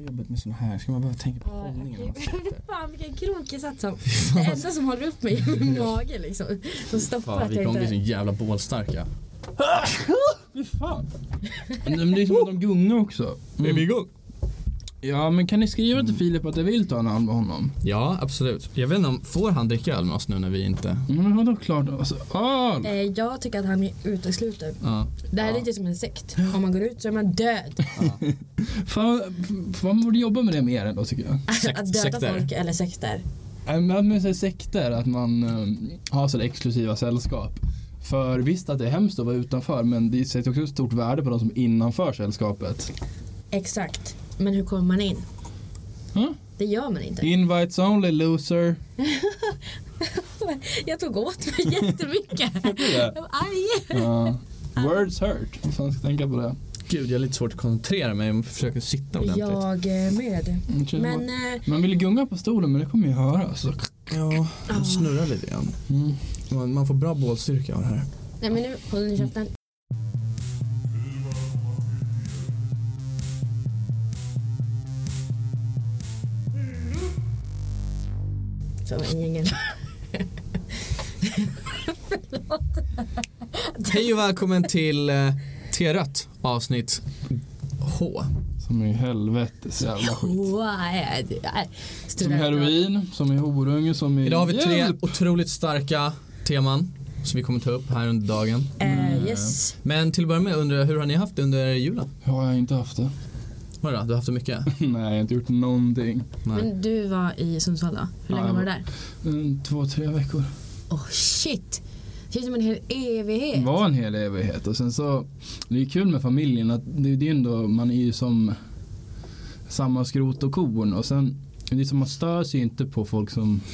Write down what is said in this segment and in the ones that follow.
jobbet med såna här. Ska man behöva tänka på hållningen när man sitter? Fan, vilken krok satt som. Det enda som håller upp mig är min mage liksom. Som stoppar att vi jag kommer inte... bli så jävla bålstarka. Fy fan. Men det är som att de gungar också. Är vi igång? Ja, men kan ni skriva till Filip att jag vill ta en öl med honom? Ja, absolut. Jag vet inte om, får han dricka öl med oss nu när vi inte... Men vadå klart? Alltså, jag tycker att han är utesluten. Ja. Det här är lite som en sekt. Om man går ut så är man död. fan, man borde jobba med det mer ändå, tycker jag. Att döda sekter. folk eller sekter. Med sekter, att man har så exklusiva sällskap. För visst att det är hemskt att vara utanför, men det sätter också ett stort värde på de som är innanför sällskapet. Exakt. Men hur kommer man in? Det gör man inte. Invites only, loser. Jag tog åt mig jättemycket. Jag var arg. Words hurt. Jag fan ska tänka på det. Gud, jag är lite svårt att koncentrera mig och försöka sitta ordentligt. Jag med. Men man vill gunga på stolen, men det kommer ju höra. Så. Ja, man snurrar lite grann. Man får bra bålstyrka av det här. nej, men nu håller ni käften. Så en gängen. Hej och välkommen till T-rött avsnitt H. Som är helvetes jävla skit. Som heroin, som är horunge, som är... Idag har vi 3 otroligt starka teman som vi kommer ta upp här under dagen. Yes. Men till att börja med undrar, hur har ni haft det under julen? Ja, jag har inte haft det. Vadå, du har haft det mycket? Nej, jag har inte gjort någonting. Nej. Men du var i Sundsvall då? Hur länge var du där? 2-3 veckor. Shit. Det är som en hel evighet. Det var en hel evighet. Och sen så, det är kul med familjen att det är ändå, man är ju som samma skrot och korn. Och sen, det är som man stör sig inte på folk,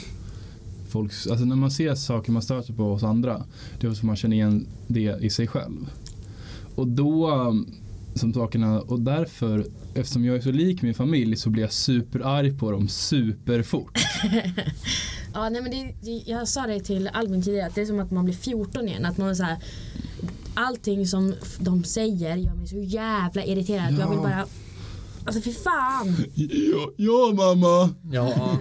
alltså när man ser saker man stör sig på hos andra, det är som man känner igen det i sig själv. Och då, som sakerna, och därför, eftersom jag är så lik min familj, så blir jag superarg på dem superfort. Ja, nej, men jag sa det till Albin tidigare, att det är som att man blir 14 igen, att man är så här, allting som de säger gör mig så jävla irriterad. Ja. Jag vill bara, alltså för fan. Ja mamma. Ja.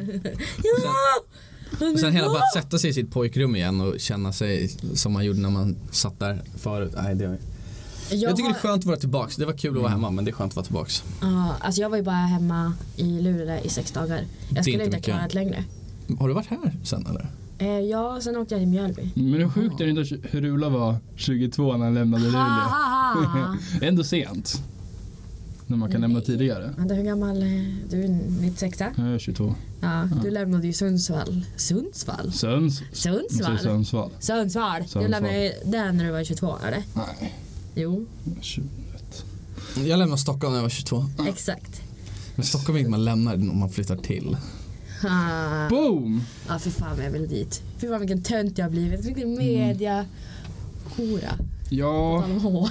Och sen hela bara att sätta sig i sitt pojkrum igen och känna sig som man gjorde när man satt där förut. Nej, det jag tycker det är skönt att vara tillbaks. Det var kul att vara hemma, men det är skönt att vara tillbaks. Ja, alltså jag var ju bara hemma i Luleå i 6 dagar. Jag skulle inte klara det längre. Har du varit här sen eller? Ja, sen åkte jag till Mjölby. Men det är sjukt är inte hur Rula var 22 när han lämnade Luleå. Ändå sent. När man kan lämna tidigare. Vänta, hur gammal du är? 96? Jag är 22. Ja, du lämnade ju Sundsvall. Sundsvall? Sundsvall. Du lämnade där när du var 22, eller? Nej. Jo. 21. Jag lämnade Stockholm när jag var 22. Exakt. Men Stockholm är inte man lämnar om man flyttar till. Boom! Ja, för fan jag vill dit. För fan vilken tönt jag har blivit. Jag tyckte media hora. Ja.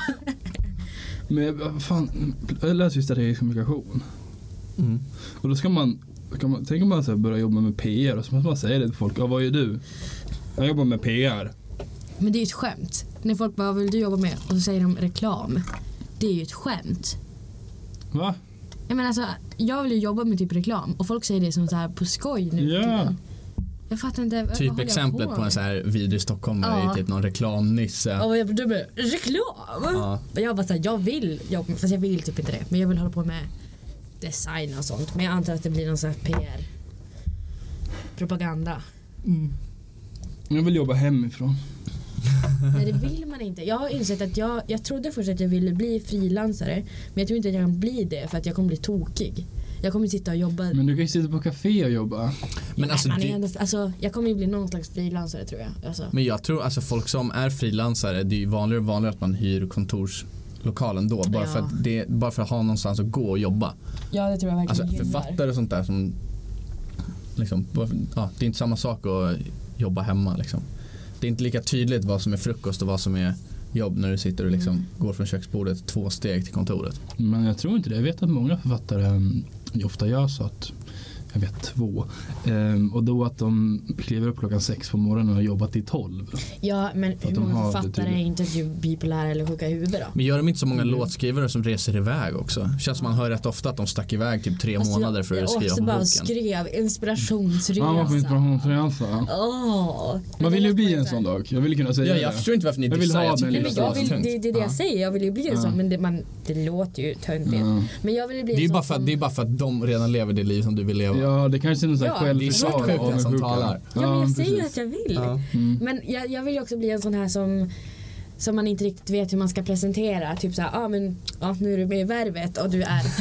Men vad fan, jag läser ju strategisk kommunikation. Och då ska man tänker man så här, börja jobba med PR, och så måste man säga det till folk. Ja, vad är du? Jag jobbar med PR. Men det är ju ett skämt. När folk bara, vad vill du jobba med? Och så säger de reklam. Det är ju ett skämt. Va? Jag menar alltså, jag vill ju jobba med typ reklam. Och folk säger det som så här på skoj nu. Ja. Jag fattar inte. Typ exemplet på en så här video i Stockholm där det är typ någon reklamnisse. Ja, jag blir med reklam. Ja. Jag bara så här, jag vill jobba, fast jag vill typ inte det. Men jag vill hålla på med design och sånt. Men jag antar att det blir någon så här PR. Propaganda. Jag vill jobba hemifrån. Nej, det vill man inte. Jag har insett att jag trodde först att jag ville bli frilansare. Men jag tror inte att jag kan bli det för att jag kommer bli tokig. Jag kommer sitta och jobba. Men du kan ju sitta på café och jobba. Men alltså, jag kommer ju bli någon slags frilansare, tror jag. Alltså. Men jag tror alltså folk som är frilansare, det är ju vanligare att man hyr kontorslokalen då. Bara för att ha någonstans att gå och jobba. Ja, det tror jag verkligen. Alltså författare och sånt där som liksom, det är inte samma sak att jobba hemma liksom. Det är inte lika tydligt vad som är frukost och vad som är jobb när du sitter och liksom går från köksbordet 2 steg till kontoret. Men jag tror inte det. Jag vet att många författare ofta gör så att jag vet 2. Och då att de kliver upp klockan 6 på morgonen och har jobbat till 12. Ja, men hur många författare är inte bipolära eller sjuka i huvudet då? Men gör de inte så många låtskrivare som reser iväg också? Känns som man hör rätt ofta att de stack iväg typ 3 månader för att skriva på boken. bara skrev inspirationsresa. Ja, man får inspirationsresa. Man vill ju bli en sån dag. Jag vill kunna säga jag förstår inte varför ni dissar. Det är det jag säger. Jag vill ju bli en sån, men det låter ju töntigt. Men jag vill bli det är bara för att de redan lever det liv som du vill leva. Ja, det kanske är någon sån här självförsvar av som talar. Ja, men jag säger att jag vill. Men jag vill ju också bli en sån här som man inte riktigt vet hur man ska presentera. Typ såhär, nu är du med i Värvet och du är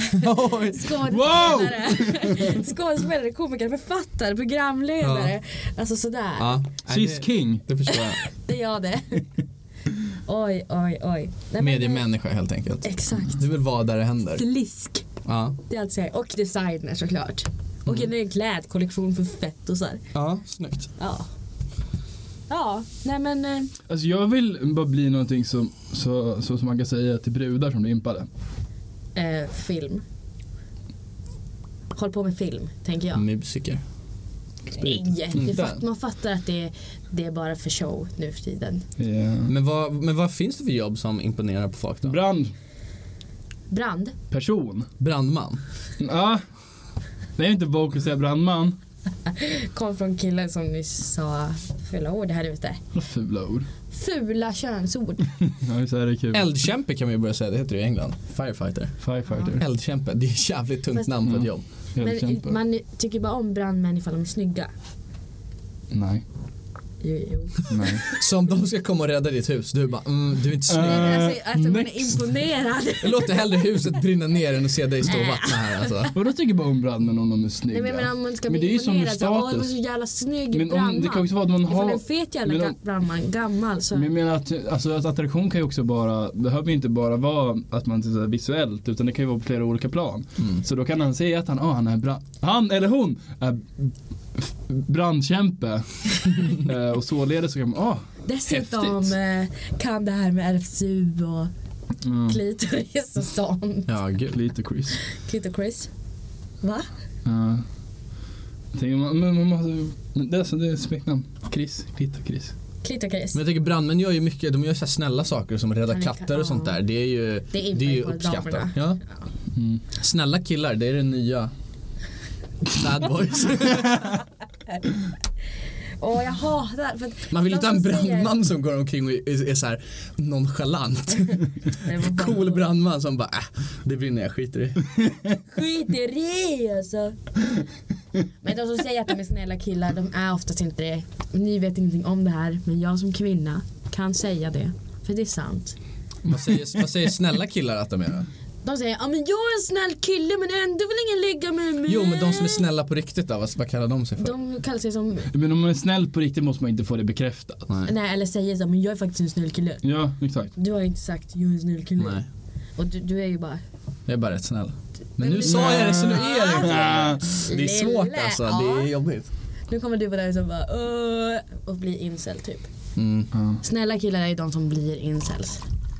skådespelare, komiker, författare, programledare. Alltså sådär. Cis King. Det förstår jag. Det är jag det. Oj. Mediemänniska helt enkelt. Exakt. Du vill vara där det händer. Slisk. Ja. Det är allt jag. Och designer såklart. Och en klädkollektion för fett och så här. Ja, snyggt. Ja, nej men... Alltså jag vill bara bli någonting så som man kan säga till brudar som blir impade. Film. Håll på med film, tänker jag. Musiker. Nej, man fattar att det är bara för show nu för tiden. Yeah. Men vad finns det för jobb som imponerar på folk då? Brand? Person. Brandman? Ja. Det är inte bok att säga brandman. Kom från killen som ni sa fula ord här ute. Fula ord. Fula könsord. Ja, så är det kul. Eldkämpe kan man ju börja säga, det heter det i England. Firefighter. Eldkämpe, det är ett jävligt tungt namn på ett jobb. Men man tycker bara om brandmän ifall de är snygga. Nej. Jo. Nej. Så om de ska komma och rädda ditt hus, du bara, du är inte snygg. Alltså man är imponerad. Jag låter hellre huset brinna ner än att se dig stå och vattna här alltså. Och då tycker bara om brandmän om de är snygga. Nej, men om man ska men bli imponerad så det var så jävla snygg men brandman. Det kan också vara att man har en fet jävla brandman, gammal så. Men jag menar att attraktion kan ju också behöver inte bara vara att man är visuellt, utan det kan ju vara på flera olika plan. Så då kan han säga att han eller hon är brandkämpe. Och således så kan man dessutom kan det här med RFSU och klitoris och sånt. Ja, gud. Klitoris. Va? Det är smeknamn. Klitoris. Klitoris. Men jag tycker brandmän gör ju mycket, de gör så här snälla saker som rädda katter och sånt där. Det är ju uppskattat. Ja. Snälla killar, det är det nya bad boys. Jag hatar för att man vill inte ha en brandman som går omkring och är så här nonchalant. Cool brandman som bara det brinner, jag skiter i alltså. Men de som säger att de är snälla killar, de är oftast inte det. Ni vet ingenting om det här, men jag som kvinna kan säga det, för det är sant. Vad säger snälla killar att de är då? De säger, men jag är en snäll kille men ändå vill ingen ligga med mig. Jo, men de som är snälla på riktigt då, vad kallar de sig för? De kallar sig som... Men om man är snäll på riktigt måste man inte få det bekräftat. Nej, eller säger så, men jag är faktiskt en snäll kille. Ja, exakt. Du har inte sagt, jag är en snäll kille. Nej. Och du är ju bara... Jag är bara rätt snäll. Men nu sa jag det, så nu är det inte. Det är svårt alltså, det är jobbigt. Nu kommer du vara där som bara och bli incel typ. Snälla killar är de som blir incels.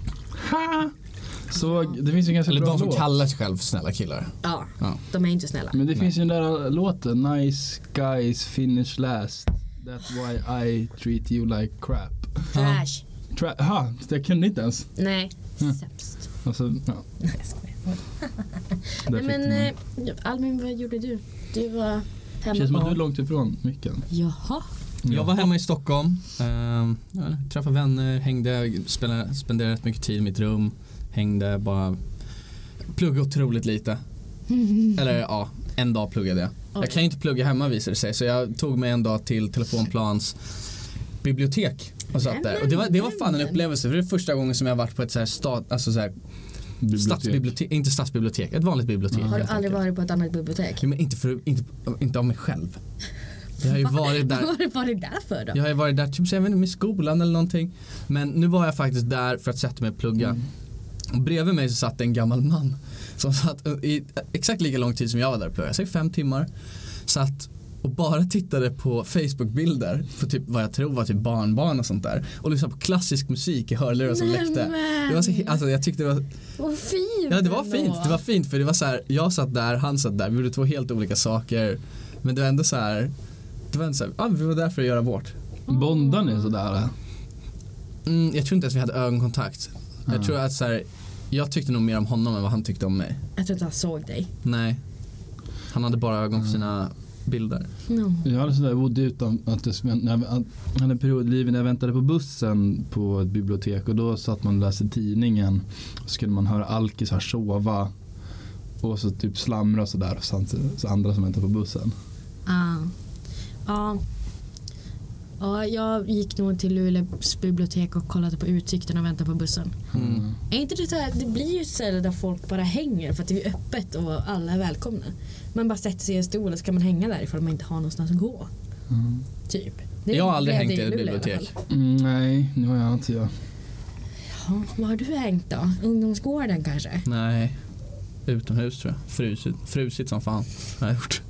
Så det finns ju ganska eller bra de som låt. kallar sig själv snälla killar. Ja, de är inte snälla. Men det finns ju den där låten, Nice guys finish last. That's why I treat you like crap. Trash. Det kunde inte ens. Nej, sämst. Alltså, ja. Nej, jag skojar. Men Albin, vad gjorde du? Du var hemma. Känns som att du är långt ifrån micken. Jaha. Jag var hemma i Stockholm, träffade vänner, hängde, spenderade rätt mycket tid i mitt rum, hängde, bara pluggade otroligt lite. Eller en dag pluggade jag. Jag kan ju inte plugga hemma visade det sig, så jag tog mig en dag till Telefonplans bibliotek och satt där. Och det var fan en upplevelse, för det är första gången som jag har varit på ett så här stadsbibliotek, inte stadsbibliotek, ett vanligt bibliotek. Har du aldrig varit på ett annat bibliotek? Ja, men inte av mig själv. Jag har ju varit där. Vad har du varit där för då? Jag har ju varit där typ så jag vet inte, med skolan eller någonting. Men nu var jag faktiskt där för att sätta mig och plugga. Och bredvid mig så satt en gammal man som satt i exakt lika lång tid som jag var där och pluggade. Jag säger 5 timmar. Satt och bara tittade på Facebook-bilder för typ vad jag tror var typ barnbarn och sånt där och lyssnade på klassisk musik i hörlurar som läckte. Det var så, alltså jag tyckte det var fint. Ja, det var fint. Det var fint för det var så här, jag satt där, han satt där. Vi gjorde 2 helt olika saker. Men det var ändå så här, vi var där för att göra vårt. Bondan är sådär. Jag tror inte att vi hade ögonkontakt. Jag tror att så här, jag tyckte nog mer om honom än vad han tyckte om mig. Jag tror inte han såg dig. Nej. Han hade bara ögon för sina bilder. No. Jag hade sådär bodde utan att jag hade en period i livet när jag väntade på bussen på ett bibliotek och då satt man och läste tidningen och så skulle man höra alkisar sova och så typ slamra och sådär så andra som väntade på bussen. Ja, jag gick nog till Luleås bibliotek och kollade på utsikten och väntade på bussen. Är inte det så här, det blir ju så där folk bara hänger för att det är öppet och alla är välkomna. Man bara sätter sig i en stol och så kan man hänga där ifall man inte har någonstans att gå. Typ. Jag har aldrig hängt i ett bibliotek. Nej, nu har jag inte. Ja, vad har du hängt då? Ungdomsgården kanske? Nej, utomhus tror jag. Frusit som fan har jag gjort.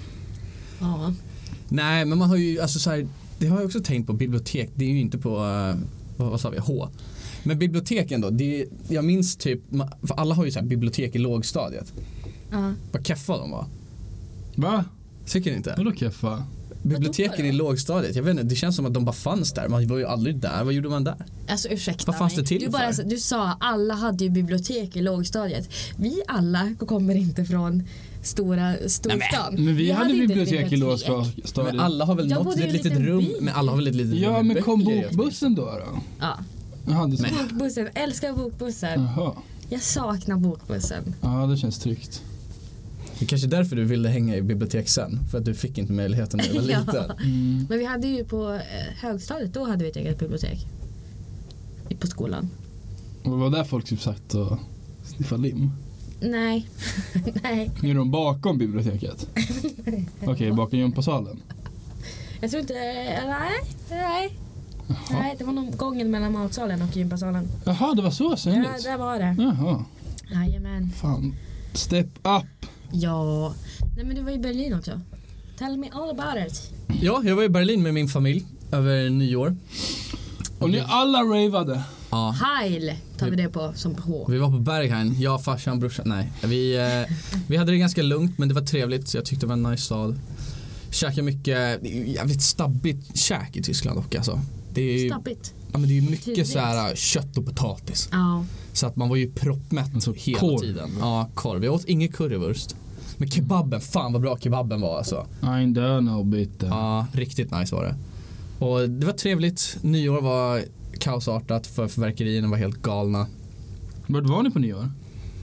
Ja. Nej, men man har ju alltså så här, det har jag också tänkt på bibliotek. Det är ju inte på vad sa vi, H. Men biblioteken då, jag minns typ för alla har ju så här bibliotek i lågstadiet. Vad keffa de var. Va? Tycker ni inte? Vadå keffa? Biblioteken i lågstadiet. Jag vet inte, det känns som att de bara fanns där. Man var ju aldrig där. Vad gjorde man där? Alltså ursäkta vad fanns det till du sa alla hade ju bibliotek i lågstadiet. Vi alla kommer inte från storstan. Men vi hade bibliotek i lågstadiet. Men alla har väl något litet rum. Men alla har väl ett litet rum. Ja, men kom bokbussen då? Ja. Bokbussen, älskar bokbussen. Jaha. Jag saknar bokbussen. Ja, det känns tryggt. Det är kanske därför du ville hänga i bibliotek sen. För att du fick inte möjligheten när du var liten. Men vi hade ju på högstadiet, då hade vi ett eget bibliotek. På skolan. Och var där folk typ sagt och sniffade lim? Nej. Nej. Nu är de bakom biblioteket? Okej, bakom gympasalen? Jag tror inte, nej. Nej, det var nog gången mellan matsalen och gympasalen. Jaha, det var så synligt? Ja, det var det. Jaha. Jajamän. Fan, step up. Ja. Nej, men du var i Berlin också. Tell me all about it. Ja, jag var i Berlin med min familj över nyår. Och ni alla ravade. Ja. Heil tar vi det på som H. Vi var på Berghain. Jag, farsan, brorsan. Nej, vi hade det ganska lugnt, men det var trevligt. Så jag tyckte det var en nice stad. Käkade mycket jävligt stabbigt käk i Tyskland också alltså. Det är stabbigt. Ja, men det är mycket så här kött och potatis. Ja. Så att man var ju proppmätt alltså, hela tiden. Ja, korv. Jag åt ingen currywurst. Men kebaben, fan vad bra kebaben var alltså. Ein Döner bitte. Ja, riktigt nice var det. Och det var trevligt. Nyår var kaosartat för fyrverkerierna var helt galna. Vart var ni på nyår?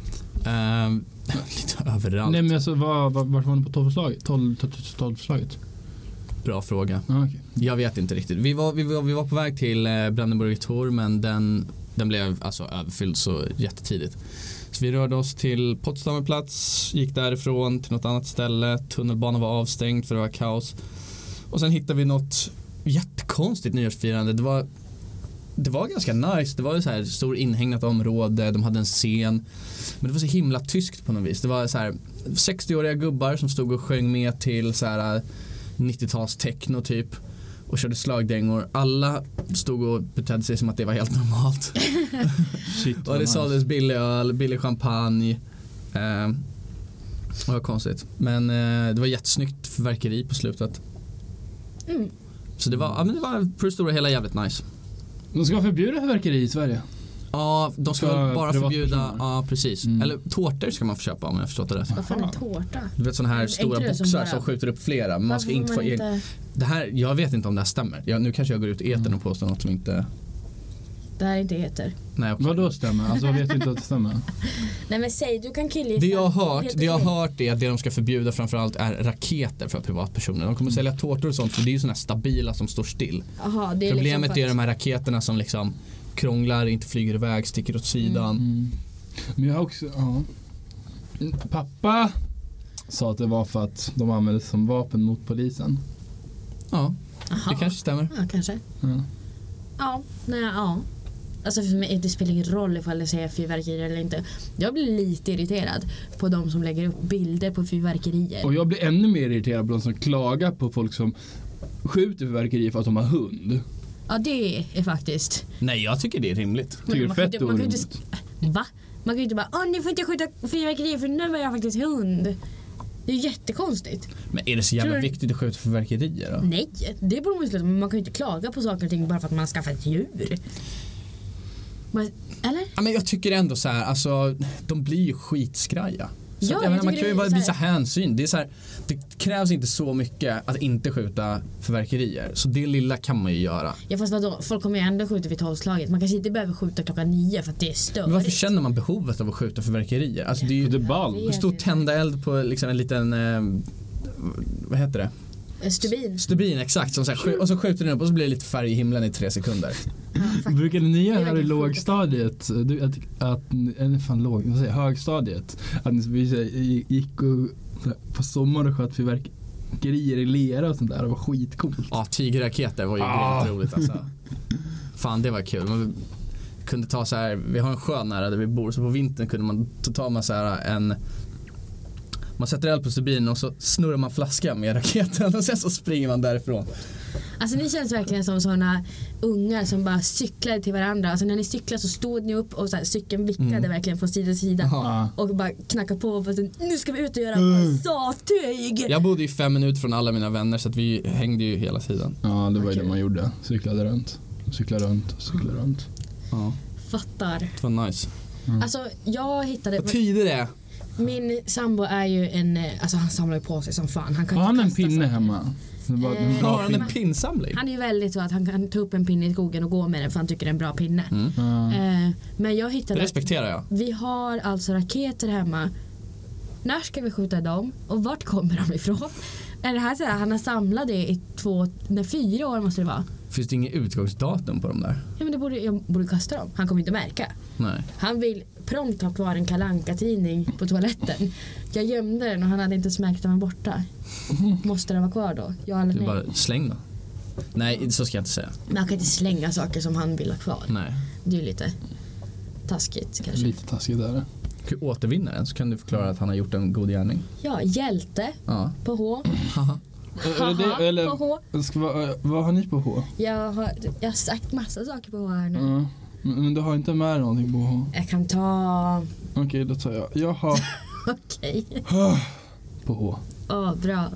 Lite överallt. Nej, men alltså, vart var ni på 12-slaget? Bra fråga. Okay. Jag vet inte riktigt. Vi var på väg till Brandenburger Tor, men den blev alltså överfylld så jättetidigt. Så vi rörde oss till Potsdamer Platz, gick därifrån till något annat ställe. Tunnelbanan var avstängd för det var kaos. Och sen hittade vi något jättekonstigt nyårsfirande. Det var ganska nice. Det var ett så här stor inhägnat område. De hade en scen. Men det var så himla tyskt på något vis. Det var så här 60-åriga gubbar som stod och sjöng med till så här 90-tals techno typ. Och körde slagdängor. Alla stod och betedde sig som att det var helt normalt. Shit, och det såldes billig öl, billig champagne. Det var konstigt. Men det var jättesnyggt fyrverkeri på slutet. Så det var på det stora hela jävligt nice. De ska förbjuda fyrverkeri i Sverige. Ja, de ska väl bara förbjuda. Ja, precis. Eller tårtor ska man få köpa om jag har förstått det rätt. Vad fan är tårta? Du vet sådana här stora boxar som skjuter upp flera. Man ska inte få det här, jag vet inte om det här stämmer. Nu kanske jag går ut i etern och påstår något som inte. Det här inte heter. Nej, vad då stämmer? Alltså jag vet inte att det stämmer. Nej, men säg, du kan killgissa. Det jag har hört är att det de ska förbjuda framförallt är raketer för privatpersoner. De kommer sälja tårtor och sånt, för det är ju såna här stabila som står still. Aha, det är problemet liksom är de här raketerna som liksom krånglar, inte flyger iväg, sticker åt sidan. Men jag har också pappa sa att det var för att de användes som vapen mot polisen. Ja. Aha. Det kanske stämmer. Ja, kanske. Ja, nej, ja. Alltså för mig, det spelar ingen roll ifall det säger fyrverkerier eller inte. Jag blir lite irriterad på de som lägger upp bilder på fyrverkerier. Och jag blir ännu mer irriterad på de som klagar på folk som skjuter fyrverkerier för att de har hund. Ja, det är faktiskt. Nej, jag tycker det är rimligt. Tycker det är fett man kan orimligt. inte, va? Man kan ju inte bara, ni får inte skjuta fyrverkerier för nu var jag faktiskt hund. Det är jättekonstigt. Men är det så jävla viktigt att skjuta fyrverkerier då? Nej, det borde man sluta. Men man kan ju inte klaga på saker och ting bara för att man har skaffat ett djur. Eller? Ja, men jag tycker ändå så här, alltså de blir ju skitskraja. Så Ja, jag menar, man kan ju bara visa här hänsyn. Det är så här, det krävs inte så mycket att inte skjuta fyrverkerier. Så det lilla kan man ju göra. Ja, fast vadå? Folk kommer ju ändå skjuta vid 12-slaget. Man kanske inte behöver skjuta 9 för att det är störigt. Men varför känner man behovet av att skjuta fyrverkerier? Alltså det är ju Det är ball. stå och tända eld på liksom en liten vad heter det? Stubin, exakt. Som så här, och så skjuter den upp och så blir det lite färg i himlen i 3 sekunder. Brukade ni göra här i lågstadiet högstadiet att vi gick och på sommaren och sköt fyrverkerier i lera och sånt där, det var skitcoolt. Ja, tigerraketer var ju grymt roligt alltså. Fan, det var kul. Man kunde ta så här, vi har en sjö nära där vi bor, så på vintern kunde man ta med så här man sätter eld på stubinen och så snurrar man flaska med raketen och sen så springer man därifrån. Alltså ni känns verkligen som såna ungar som bara cyklade till varandra. Alltså när ni cyklade så stod ni upp och så här, cykeln vickade verkligen från sida till sida. Aha. Och bara knackade på och bara, nu ska vi ut och göra sattyg. Jag bodde ju 5 minuter från alla mina vänner så att vi hängde ju hela tiden. Ja, det var ju det man gjorde. Cyklade runt. Ja. Fattar. Det var nice. Alltså jag hittade... Vad tider det är. Min sambo är ju alltså han samlar ju på sig som fan. Han kan Har han inte en kasta pinne sig. hemma? Har han en pinsamling? Han är ju väldigt så att han kan ta upp en pinne i skogen och gå med den för han tycker det är en bra pinne. Men jag Det hittade... respekterar jag. Vi har alltså raketer hemma. När ska vi skjuta dem? Och vart kommer de ifrån? Är det här så här, han har samlat det i 4 år måste det vara. Finns det inget utgångsdatum på dem där? Ja, men jag borde kasta dem. Han kommer inte märka. Nej. Han vill prompt ha kvar en Kalle Anka-tidning på toaletten. Jag gömde den och han hade inte märkt att den var borta. Måste den vara kvar då? Jag eller Det är nej? bara släng då. Nej, så ska jag inte säga. Man kan inte slänga saker som han vill ha kvar. Nej. Det är ju lite taskigt kanske. Lite taskigt där. Kan du återvinna den så kan du förklara att han har gjort en god gärning. Ja, hjälte på H. Eller på H. vad har ni på H? Jag har sagt massa saker på H här nu. Men du har inte med någonting på H? Jag kan ta... Okej, då tar jag. Jag har Okej. på H. Bra.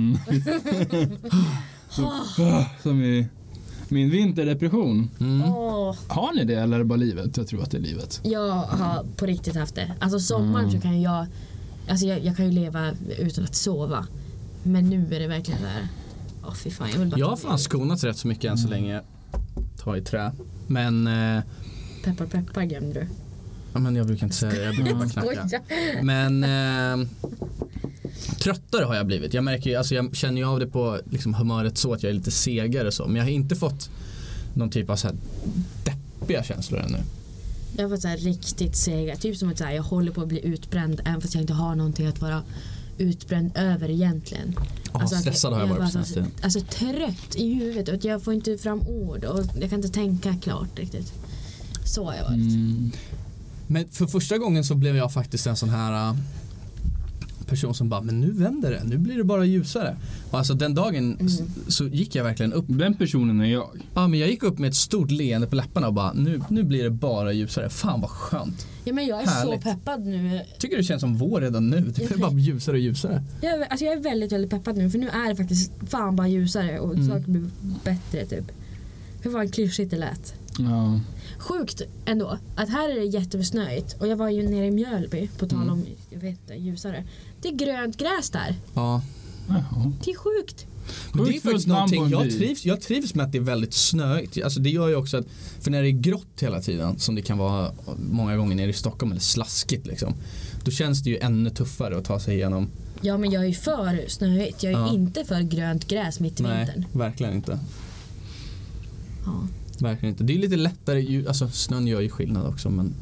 Som i min vinterdepression. Åh. Har ni det eller är det bara livet? Jag tror att det är livet. Jag har på riktigt haft det. Alltså sommaren så kan jag... Alltså jag kan ju leva utan att sova. Men nu är det verkligen så här... fy fan, jag har fan skonat rätt så mycket än så länge. Ta i trä. Men... Peppar glömde du. Ja, men jag brukar inte säga det. Jag brukar bara knacka. Men... tröttare har jag blivit. Jag märker ju, alltså jag känner ju av det på liksom humöret så att jag är lite segare så. Men jag har inte fått någon typ av så här deppiga känslor ännu. Jag har fått så här riktigt sega. Typ som att så här, jag håller på att bli utbränd även fast jag inte har någonting att vara utbränd över egentligen. Alltså stressad har jag varit på senaste tiden. Alltså trött i huvudet och jag får inte fram ord och jag kan inte tänka klart riktigt. Så har jag varit. Men för första gången så blev jag faktiskt en sån här person som bara, men nu vänder det, nu blir det bara ljusare. Och alltså den dagen så gick jag verkligen upp. Den personen är jag. Ja, men jag gick upp med ett stort leende på läpparna och bara, nu blir det bara ljusare. Fan vad skönt. Ja, men jag är härligt. så peppad nu. Tycker det känns som vår redan nu. Det blir bara ljusare och ljusare. Jag är väldigt, väldigt peppad nu för nu är det faktiskt fan bara ljusare och saker blir bättre typ. Hur var klyschigt det lät? Ja. Sjukt ändå att här är det jättesnöigt och jag var ju nere i Mjölby på tal om jag vet inte, ljusare. Det är grönt gräs där. Ja. Jaha. Det är sjukt. Men det är faktiskt någonting jag trivs med att det är väldigt snöigt. Alltså det gör ju också att för när det är grått hela tiden som det kan vara många gånger nere i Stockholm eller slaskigt liksom. Då känns det ju ännu tuffare att ta sig igenom. Ja, men jag är för snöigt. Jag är inte för grönt gräs mitt i vintern. Nej, verkligen inte. Ja. Verkligen inte. Det är lite lättare, alltså snön gör ju skillnad också men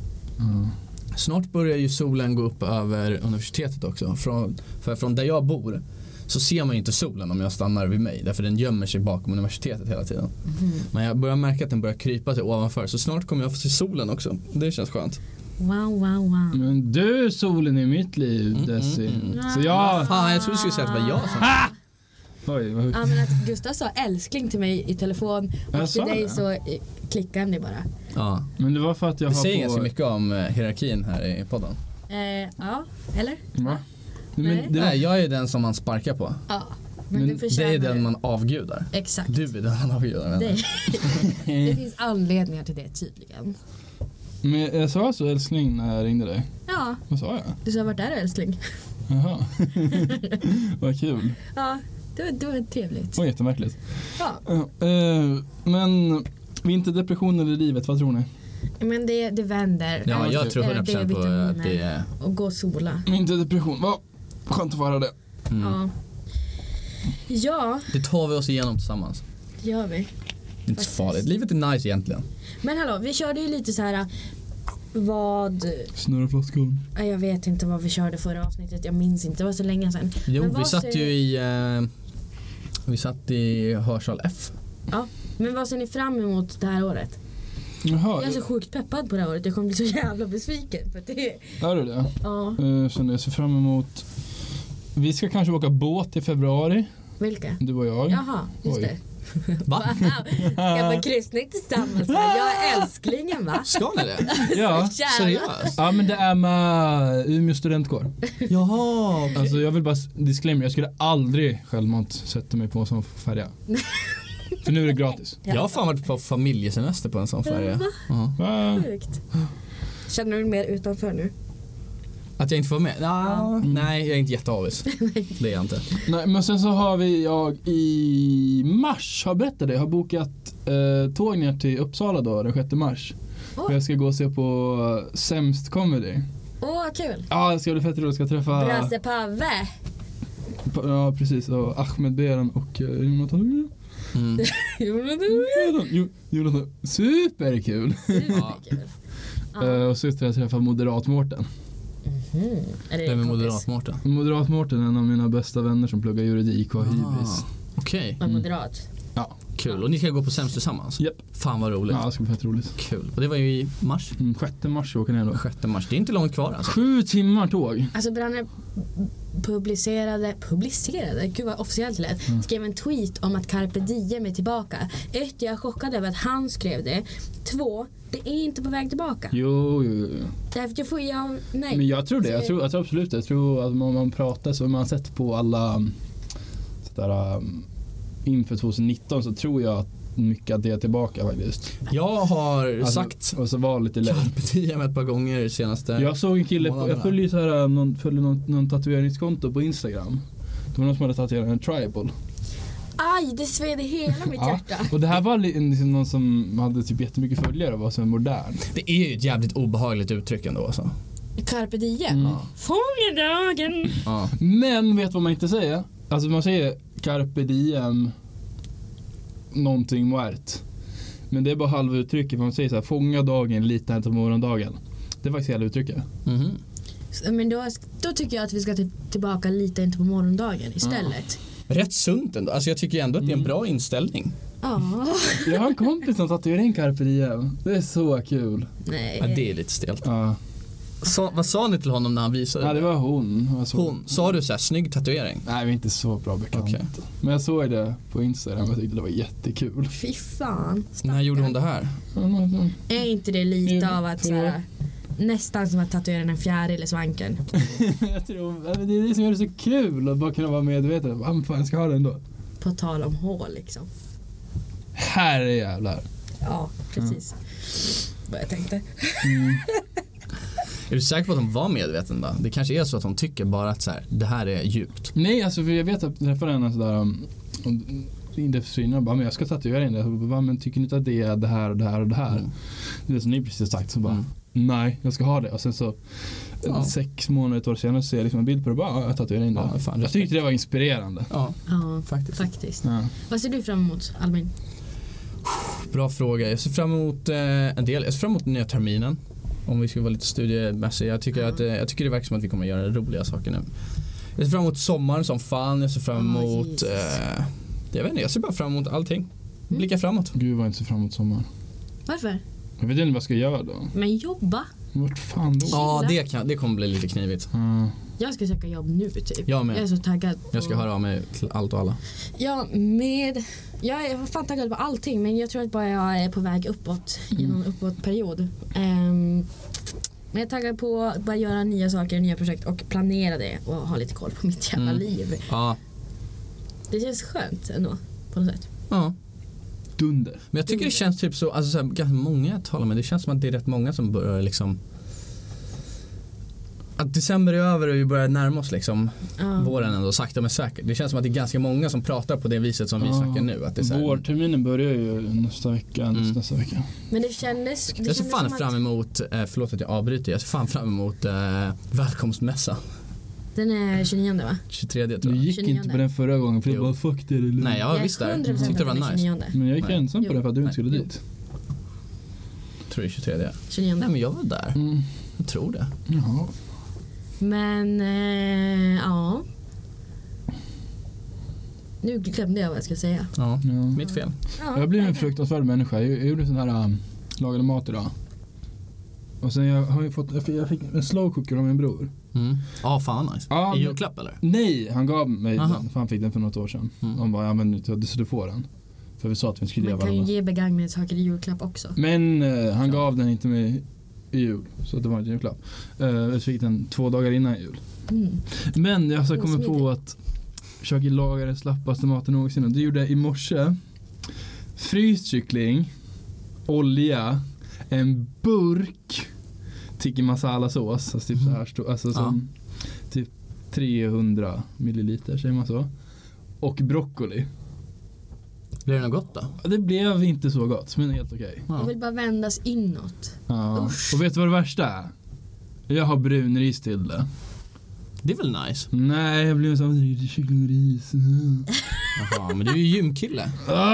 snart börjar ju solen gå upp över universitetet också. Från där jag bor så ser man ju inte solen om jag stannar vid mig. Därför den gömmer sig bakom universitetet hela tiden. Men jag börjar märka att den börjar krypa till ovanför. Så snart kommer jag få se solen också. Det känns skönt. Wow. Men du är solen i mitt liv, Desi. Så jag... Fan, jag tror du skulle säga att det var jag som... Oj, vad Ja, men att Gustav sa älskling till mig i telefon. Och till dig så klickade ni bara. Ja. Men det var för att jag det har säger ganska mycket om hierarkin här i podden. Ja, eller? Va? Nej. Jag är den som man sparkar på. Ja. Men du det är den man avgudar. Exakt. Du är den man avgudar. Det finns anledningar till det tydligen. Men jag sa så älskling när jag ringde dig. Ja. Vad sa jag? Du sa vart är du älskling? Jaha. Vad kul. Ja, det var trevligt. Det var jättemärkligt. Ja. Men vinterdepressionen i livet, vad tror ni? Men det vänder. Ja, jag tror 100% på att det är... Och gå och sola. Vinterdepression, vad skönt att få höra det. Ja. Det tar vi oss igenom tillsammans. Gör vi. Det är inte så farligt. Livet är nice egentligen. Men hallå, vi körde ju lite så här. Vad... Snurra flaskan. Jag vet inte vad vi körde förra avsnittet. Jag minns inte, det var så länge sedan. Jo, vi satt ju i... Vi satt i Hörsal F. Ja, men vad ser ni fram emot det här året? Jaha, Jag är så sjukt peppad på det här året. Jag kommer bli så jävla besviken. För det... Är du det? Ja. Så jag ser fram emot... Vi ska kanske åka båt i februari. Vilka? Du och jag. Jaha, just Oj. det. Va? Wow. Ska på kryssning tillsammans. Jag är älsklingen, va? Ska ni det? Ja, seriöst? Ja, men det är med Umeå studentkår. Jaha, okay. Alltså jag vill bara disclaimer, jag skulle aldrig självmant sätta mig på en sån färja. För nu är det gratis. Jag har fan varit på familjesemester på en sån färja. Sjukt. Känner du mer utanför nu? Att jag inte får med? Nej, jag är inte jätteavis. Det är jag inte. Nej, men sen så har jag i mars, har berättat det, jag har bokat tåg ner till Uppsala då, den 6 mars. För jag ska gå och se på Sämst Comedy. Kul. Ja, det ska bli fett roligt, jag ska träffa Brasse Pave. Ja, precis, och Ahmed Beran och Jonathan. Jonathan. Superkul. Och så ska jag träffa Moderat Mårten. Vem är Moderat Mårten? Moderat Mårten är en av mina bästa vänner som pluggar juridik och hybris. Okej. Moderat. Ja. Kul. Och ni ska gå på Sämst tillsammans? Japp. Fan vad roligt. Ja, det ska bli fett roligt. Kul. Och det var ju i mars? 6 mars åker ner då. 6 mars. Det är inte långt kvar alltså. 7 timmar tåg. Alltså Branne publicerade, gud vad officiellt lät, skrev en tweet om att Carpe Diem är tillbaka. 1, jag är chockad över att han skrev det. 2, det är inte på väg tillbaka. Jo. Därför nej. Men jag tror det, jag tror absolut det. Jag tror att om man pratar så, man har sett på alla sådär, inför 2019 så tror jag att mycket att det är tillbaka faktiskt. Jag har sagt och så var lite lätt. Carpe Diem ett par gånger senaste. Jag såg en kille jag följer så här någon tatueringskonto på Instagram. Det var någon som hade tatuerat en tribal. Aj, det sved i hela mitt hjärta. Och det här var liksom någon som hade typ jättemycket följare och var så modern. Det är ju ett jävligt obehagligt uttryck ändå alltså. Carpe Diem. Fångedagen. Ja. Men vet vad man inte säger? Alltså man säger Carpe Diem någonting muert. Men det är bara halva uttrycket. Man säger så här, fånga dagen, lita inte på morgondagen. Det var hela uttrycket. Men då tycker jag att vi ska tillbaka lita inte på morgondagen istället. Rätt sunt ändå. Alltså jag tycker ändå att det är en bra inställning. Jag har en kompis som tatuerar in Carpe Diem. Det är så kul. Nej. Ja, det är lite stelt. Ja. Vad sa ni till honom när han visade? Ja, det var hon. Hon. Sa du så här, snygg tatuering? Nej, vi är inte så bra bekant. Okay. Men jag såg det på Instagram och jag tyckte det var jättekul. Fy fan. När gjorde hon det här? Är inte det lite av att såhär, nästan som att tatuera en fjäril i svanken? Jag tror, det är det som gör det så kul att bara kunna vara medveten. Vad fan ska jag ha den då? På tal om hål liksom. Här är jävlar. Ja, precis. Vad jag tänkte. Är du säker på att de var medveten då? Det kanske är så att de tycker bara att så här, det här är djupt. Nej, alltså för jag vet att jag träffade en sådär indefinier bara, men jag ska tatuera in det. Bara, men tycker ni inte att det är det här och det här och det här? Det är som ni precis sagt så bara, nej, jag ska ha det. Och sen så 6 månader, ett år senare ser jag liksom en bild på det bara, jag tatuerar in det. Ja, fan, jag tyckte det var inspirerande. Ja, faktiskt. Ja. Vad ser du fram emot, Albin? Bra fråga. Jag ser fram emot en del. Jag ser fram emot nya terminen. Om vi ska vara lite studiemässiga. Jag tycker det verkar som att vi kommer göra roliga saker nu. Jag ser fram emot sommaren som fan. Jag ser fram emot jag vet inte, jag ser bara fram emot allting. Blicka framåt. Gud, var inte så fram emot sommaren. Varför? Jag vet inte vad jag ska göra då. Men jobba. Vart fan då? Ja, det kommer bli lite knivigt. Jag ska söka jobb nu typ. Jag med. Jag är så taggad på... Jag ska höra av mig till allt och alla. Jag är fan taggad på allting, men jag tror att bara jag är på väg uppåt i någon uppåtperiod. Men jag är taggad på att bara göra nya saker, nya projekt och planera det och ha lite koll på mitt jävla liv. Ja. Det känns skönt ändå på något sätt. Ja. Dunder. Men jag tycker det känns typ så, alltså så här, ganska många jag talar med, det känns som att det är rätt många som börjar liksom, att december är över och vi börjar närma oss liksom våren ändå, sakta men säkert. Det känns som att det är ganska många som pratar på det viset som vi snackar nu. Att det är så här, vårterminen börjar ju nästa vecka. Men det kändes... Jag ser fan fram emot, förlåt att jag avbryter, jag ser fan fram emot välkomstmässa. Den är 29 va? 23 tror jag. Du gick 29. Inte på den förra gången för du bara fuck det. Nej, jag var visst där. Jag tyckte det var nice. 29. Men jag gick ensam på det för att du inte skulle dit. Tror det är 23. 29. Nej, men jag var där. Jag tror det. Jaha. Men ja. Nu glömde jag vad jag ska säga. Ja. Mitt fel. Ja, jag blev en fruktansvärd människa. Jag gjorde sån här lagade mat idag. Och sen jag har ju fått jag fick en slow cooker av min bror. Fan nice. I julklapp eller? Nej, han gav mig den, för han fick den för något år sedan. Han bara, men så du får den. För vi sa att vi skulle ge varandra. Man kan ju ge begagnade saker i julklapp också. Men han gav den inte mig i jul, så det var inte julklapp. Jag fick den 2 dagar innan jul. Men jag så kommer på att försöka laga den slappaste maten någonsin. Det gjorde jag i morse. Fryst kyckling, olja, en burk tikka masala-sås, alltså typ så här alltså som typ 300 milliliter, säger man så. Och broccoli. Blev det något gott då? Det blev inte så gott, men helt okej. Det vill bara vändas inåt. Ja. Och vet du vad det värsta är? Jag har brunris till det. Det är väl nice? Nej, jag blev så kyckling och ris. Jaha, men du är ju gymkille.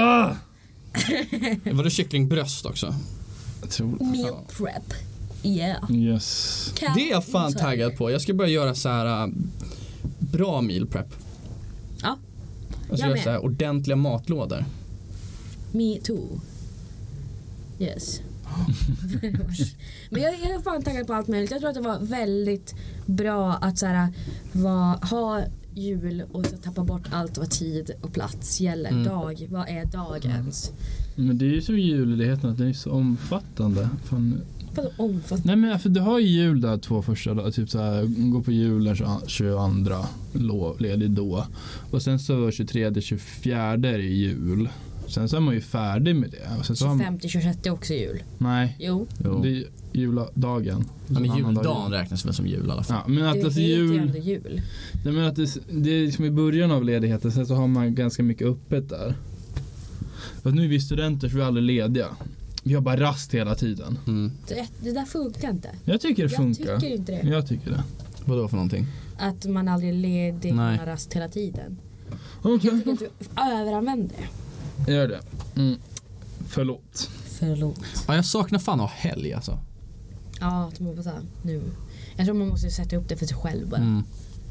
Var det kycklingbröst också? Jag tror meal prep. Yeah. Yes. Det är jag fan taggad på. Jag ska börja göra så här bra meal prep. Ja. Jag ska göra så här ordentliga matlådor. Me too. Yes. Men jag är fan taggad på allt möjligt. Jag tror att det var väldigt bra att så här, ha jul och så tappa bort allt vad tid och plats gäller. Dag, vad är dagens? Men det är ju så julledigheten att det är så omfattande. Fan. Vad omfattande? Nej, men för du har ju jul där 2 första dagar, typ så här, gå på julen 22 ledig då. Och sen så 23-24 är jul. Sen så är man ju färdig med det. Och sen 25-26 är också jul. Nej. Jo. Det är juldagen. Ja, men juldagen räknas väl som jul i alla fall. Ja, men att det är jul. Nej, men att det är liksom i början av ledigheten, sen så har man ganska mycket öppet där. För nu är vi studenter så vi är aldrig lediga. Vi har bara rast hela tiden. Det där funkar inte. Jag tycker det funkar. Jag tycker inte det. Jag tycker det. Vadå för någonting? Att man aldrig är ledig, man har rast hela tiden. Okay. Jag tycker att du överanvänder det. Gör det. Förlåt. Ja, jag saknar fan av helg alltså. Ja, nu. Jag tror man måste sätta upp det för sig själv bara.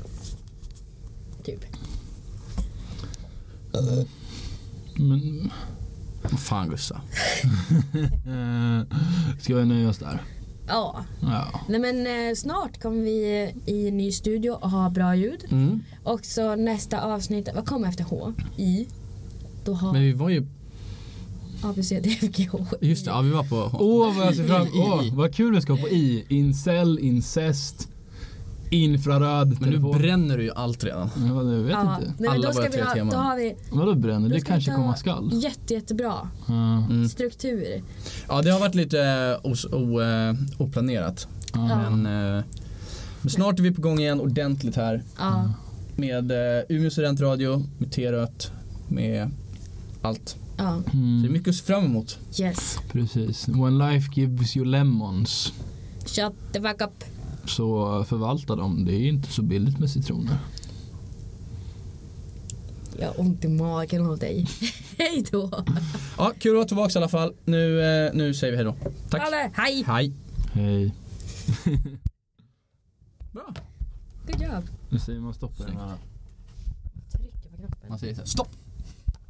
Typ. Men vad fan Gustav? Ska vi nöja oss där? Ja. Nej, men snart kommer vi i en ny studio och ha bra ljud. Och så nästa avsnitt, vad kommer efter H? I. Då har men vi var ju ABCDFGH. Just det, vi var på vad jag ser fram. Vad kul vi ska på I. Incel, incest, infraröd men telefon. nu bränner du ju allt redan. Ja, jag vet inte. Nej, alla då ska bara 3 vi teman. då har vi. Vadå bränner? Det kanske komma skall. Jättebra. Struktur. Ja, det har varit lite oplanerat. Men snart är vi på gång igen ordentligt här. Med Umeå studentradio, med T-röt, med allt. Så det är mycket att se fram emot. Yes. Precis. When life gives you lemons. Shut the fuck up. Så förvalta dem. Det är inte så billigt med citroner. Jag har ont i magen av dig. Hej då. Ja, kul att vara tillbaka i alla fall. Nu säger vi hej då. Tack. Hej. Hej. Hej. Bra. Good job. Ja. Nu säger man stopp i den här. Trycker på knappen. Man säger så här, stopp!